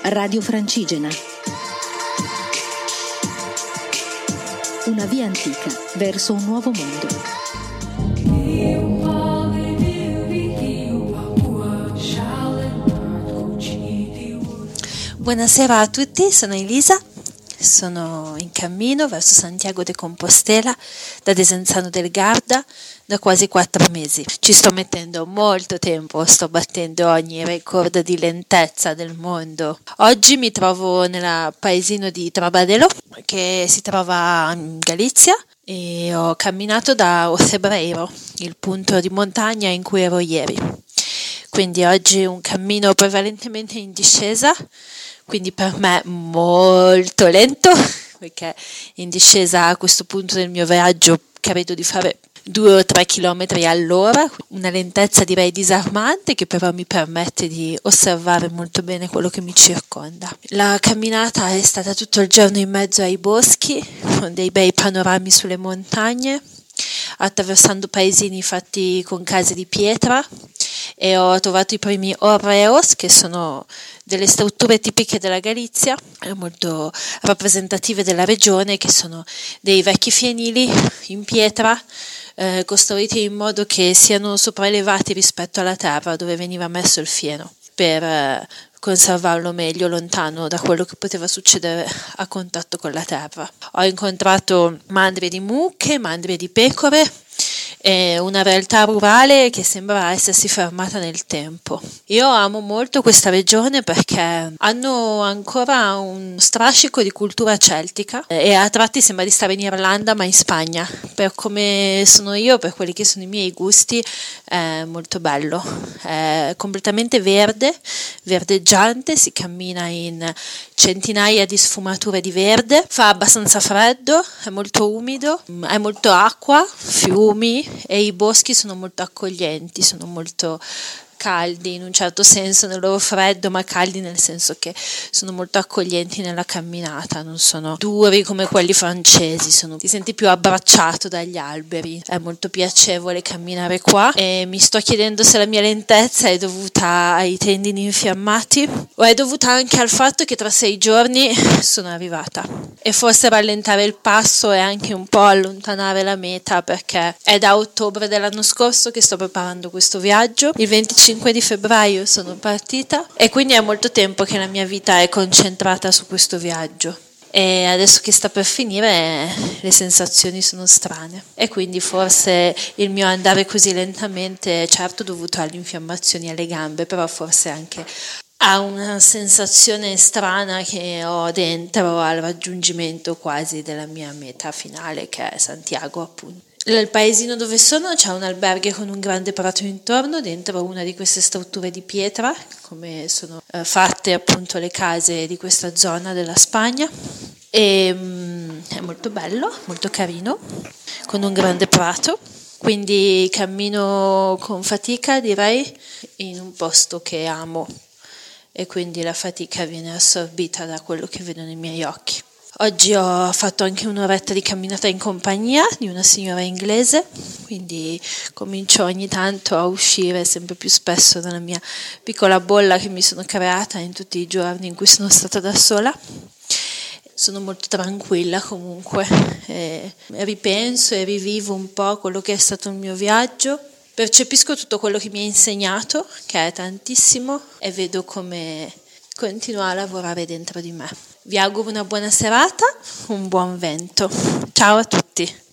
Radio Francigena. Una via antica verso un nuovo mondo. Buonasera a tutti, sono Elisa, sono in cammino verso Santiago de Compostela da Desenzano del Garda da quasi 4 mesi. Ci sto mettendo molto tempo, sto battendo ogni record di lentezza del mondo. Oggi mi trovo nel paesino di Trabadelo, che si trova in Galizia, e ho camminato da Ocebreiro, il punto di montagna in cui ero ieri. Quindi oggi un cammino prevalentemente in discesa, quindi per me molto lento, perché in discesa a questo punto del mio viaggio credo di fare 2 o 3 chilometri all'ora, una lentezza direi disarmante che però mi permette di osservare molto bene quello che mi circonda. La camminata è stata tutto il giorno in mezzo ai boschi, con dei bei panorami sulle montagne, attraversando paesini fatti con case di pietra, e ho trovato i primi hórreos, che sono delle strutture tipiche della Galizia, molto rappresentative della regione, che sono dei vecchi fienili in pietra, costruiti in modo che siano sopraelevati rispetto alla terra dove veniva messo il fieno, per conservarlo meglio lontano da quello che poteva succedere a contatto con la terra. Ho incontrato mandrie di mucche, mandrie di pecore, è una realtà rurale che sembra essersi fermata nel tempo. Io amo molto questa regione perché hanno ancora un strascico di cultura celtica e a tratti sembra di stare in Irlanda ma in Spagna. Per come sono io, per quelli che sono i miei gusti, è molto bello. È completamente verde, verdeggiante, si cammina in centinaia di sfumature di verde, fa abbastanza freddo, è molto umido, è molto acqua, fiumi, e i boschi sono molto accoglienti, sono molto caldi in un certo senso nel loro freddo, ma caldi nel senso che sono molto accoglienti nella camminata, non sono duri come quelli francesi, ti senti più abbracciato dagli alberi. È molto piacevole camminare qua e mi sto chiedendo se la mia lentezza è dovuta ai tendini infiammati o è dovuta anche al fatto che tra 6 giorni sono arrivata, e forse rallentare il passo e anche un po' allontanare la meta, perché è da ottobre dell'anno scorso che sto preparando questo viaggio. Il 25 di febbraio sono partita e quindi è molto tempo che la mia vita è concentrata su questo viaggio, e adesso che sta per finire le sensazioni sono strane, e quindi forse il mio andare così lentamente è certo dovuto alle infiammazioni alle gambe, però forse anche a una sensazione strana che ho dentro al raggiungimento quasi della mia meta finale, che è Santiago, appunto. Il paesino dove sono c'è un albergo con un grande prato intorno, dentro una di queste strutture di pietra, come sono fatte appunto le case di questa zona della Spagna, e è molto bello, molto carino, con un grande prato, quindi cammino con fatica, direi, in un posto che amo, e quindi la fatica viene assorbita da quello che vedo nei miei occhi. Oggi ho fatto anche un'oretta di camminata in compagnia di una signora inglese, quindi comincio ogni tanto a uscire sempre più spesso dalla mia piccola bolla che mi sono creata in tutti i giorni in cui sono stata da sola. Sono molto tranquilla comunque, e ripenso e rivivo un po' quello che è stato il mio viaggio. Percepisco tutto quello che mi ha insegnato, che è tantissimo, e vedo come continua a lavorare dentro di me. Vi auguro una buona serata, un buon vento. Ciao a tutti.